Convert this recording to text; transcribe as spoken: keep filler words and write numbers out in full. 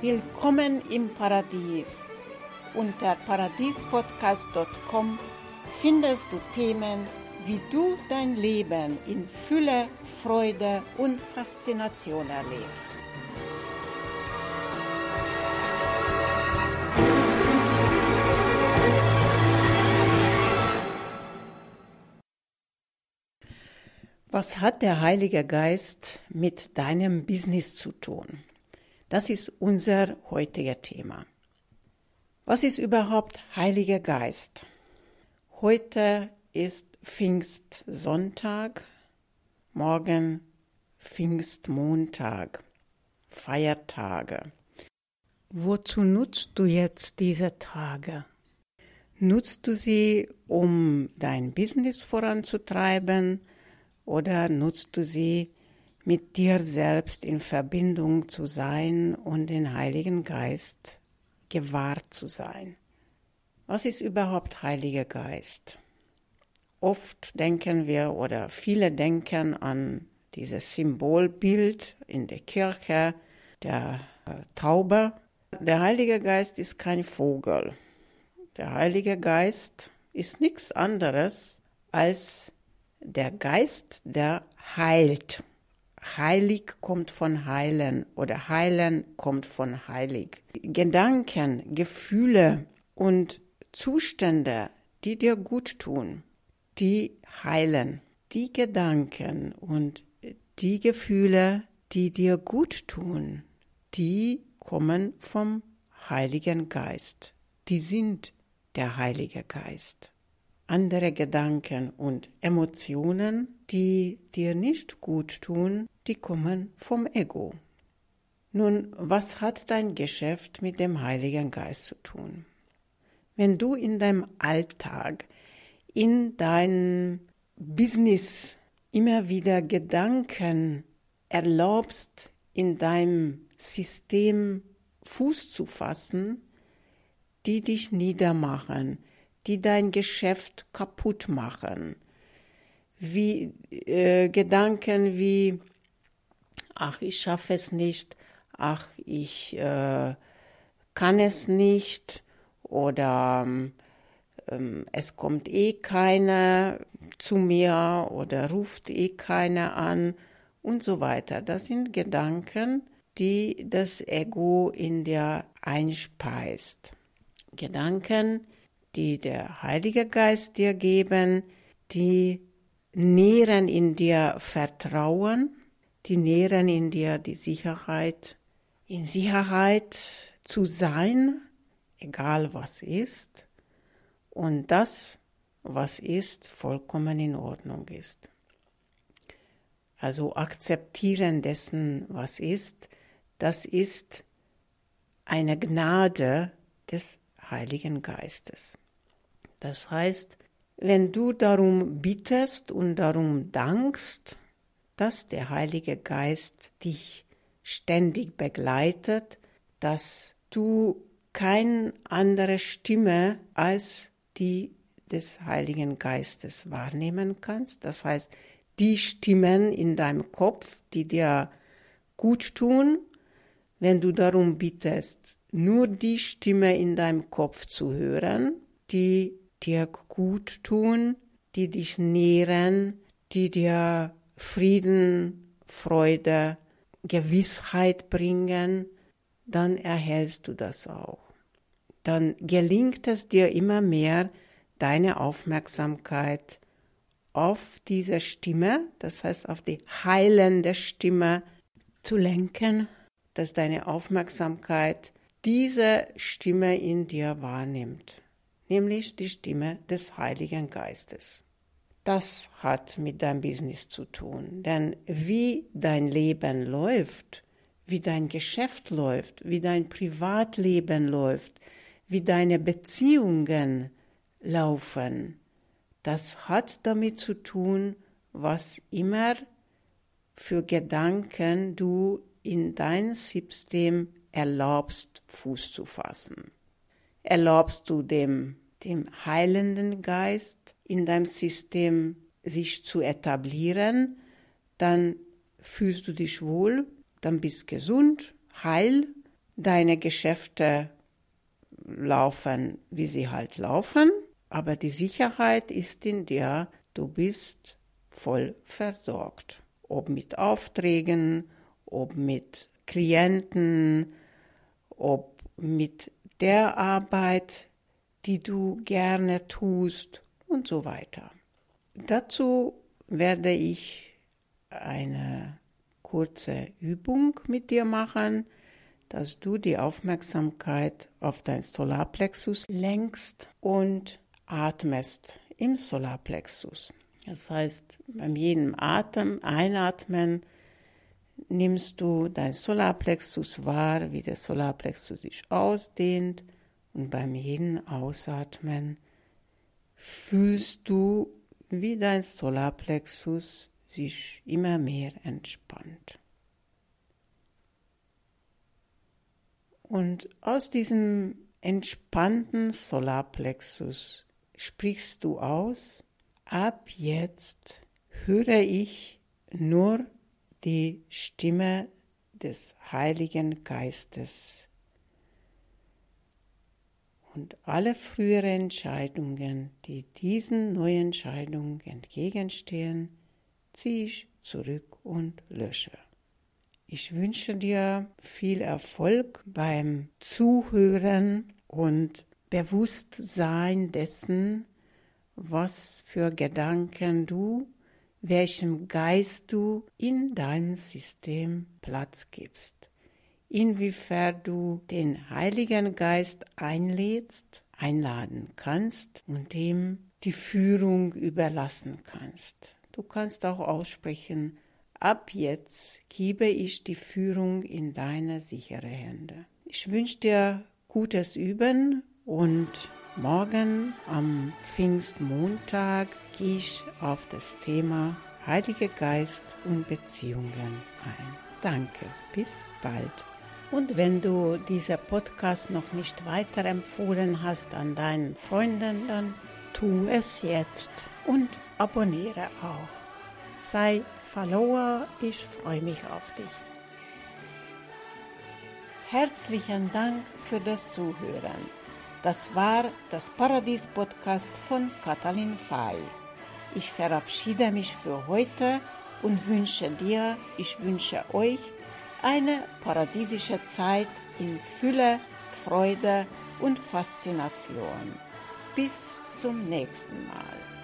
Willkommen im Paradies. Unter paradiespodcast punkt com findest du Themen, wie du dein Leben in Fülle, Freude und Faszination erlebst. Was hat der Heilige Geist mit deinem Business zu tun? Das ist unser heutiges Thema. Was ist überhaupt Heiliger Geist? Heute ist Pfingstsonntag, morgen Pfingstmontag, Feiertage. Wozu nutzt du jetzt diese Tage? Nutzt du sie, um dein Business voranzutreiben, oder nutzt du sie, mit dir selbst in Verbindung zu sein und den Heiligen Geist gewahrt zu sein? Was ist überhaupt Heiliger Geist? Oft denken wir oder viele denken an dieses Symbolbild in der Kirche, der äh, Taube. Der Heilige Geist ist kein Vogel. Der Heilige Geist ist nichts anderes als der Geist, der heilt. Heilig kommt von heilen oder heilen kommt von heilig. Gedanken, Gefühle und Zustände, die dir gut tun, die heilen. Die Gedanken und die Gefühle, die dir gut tun, die kommen vom Heiligen Geist. Die sind der Heilige Geist. Andere Gedanken und Emotionen, die dir nicht gut tun, die kommen vom Ego. Nun, was hat dein Geschäft mit dem Heiligen Geist zu tun? Wenn du in deinem Alltag, in deinem Business immer wieder Gedanken erlaubst, in deinem System Fuß zu fassen, die dich niedermachen, die dein Geschäft kaputt machen, wie äh, Gedanken wie, ach, ich schaffe es nicht, ach, ich äh, kann es nicht oder ähm, es kommt eh keiner zu mir oder ruft eh keiner an und so weiter. Das sind Gedanken, die das Ego in dir einspeist. Gedanken, die der Heilige Geist dir geben, die nähren in dir Vertrauen, die nähren in dir die Sicherheit, in Sicherheit zu sein, egal was ist, und das, was ist, vollkommen in Ordnung ist. Also akzeptieren dessen, was ist, das ist eine Gnade des Heiligen Geistes. Das heißt, wenn du darum bittest und darum dankst, dass der Heilige Geist dich ständig begleitet, dass du keine andere Stimme als die des Heiligen Geistes wahrnehmen kannst, das heißt, die Stimmen in deinem Kopf, die dir gut tun, wenn du darum bittest, nur die Stimme in deinem Kopf zu hören, die dir gut tun, die dich nähren, die dir Frieden, Freude, Gewissheit bringen, dann erhältst du das auch. Dann gelingt es dir immer mehr, deine Aufmerksamkeit auf diese Stimme, das heißt auf die heilende Stimme zu lenken, dass deine Aufmerksamkeit diese Stimme in dir wahrnimmt, nämlich die Stimme des Heiligen Geistes. Das hat mit deinem Business zu tun, denn wie dein Leben läuft, wie dein Geschäft läuft, wie dein Privatleben läuft, wie deine Beziehungen laufen, das hat damit zu tun, was immer für Gedanken du in dein System erlaubst, Fuß zu fassen. Erlaubst du dem, dem heilenden Geist in deinem System sich zu etablieren, dann fühlst du dich wohl, dann bist gesund, heil, deine Geschäfte laufen, wie sie halt laufen, aber die Sicherheit ist in dir, du bist voll versorgt. Ob mit Aufträgen, ob mit Klienten, ob mit der Arbeit, die du gerne tust und so weiter. Dazu werde ich eine kurze Übung mit dir machen, dass du die Aufmerksamkeit auf dein Solarplexus lenkst und atmest im Solarplexus. Das heißt, beim jedem Atem, Einatmen, nimmst du dein Solarplexus wahr, wie der Solarplexus sich ausdehnt, und beim jeden Ausatmen fühlst du, wie dein Solarplexus sich immer mehr entspannt. Und aus diesem entspannten Solarplexus sprichst du aus: Ab jetzt höre ich nur die Stimme des Heiligen Geistes. Und alle früheren Entscheidungen, die diesen neuen Entscheidungen entgegenstehen, ziehe ich zurück und lösche. Ich wünsche dir viel Erfolg beim Zuhören und Bewusstsein dessen, was für Gedanken du, welchem Geist du in deinem System Platz gibst. Inwiefern du den Heiligen Geist einlädst, einladen kannst und ihm die Führung überlassen kannst. Du kannst auch aussprechen: Ab jetzt gebe ich die Führung in deine sichere Hände. Ich wünsche dir gutes Üben und morgen am Pfingstmontag gehe ich auf das Thema Heiliger Geist und Beziehungen ein. Danke, bis bald. Und wenn du diesen Podcast noch nicht weiterempfohlen hast an deinen Freunden, dann tu es jetzt und abonniere auch. Sei Follower, ich freue mich auf dich. Herzlichen Dank für das Zuhören. Das war das Paradies-Podcast von Katalin Fay. Ich verabschiede mich für heute und wünsche dir, ich wünsche euch eine paradiesische Zeit in Fülle, Freude und Faszination. Bis zum nächsten Mal.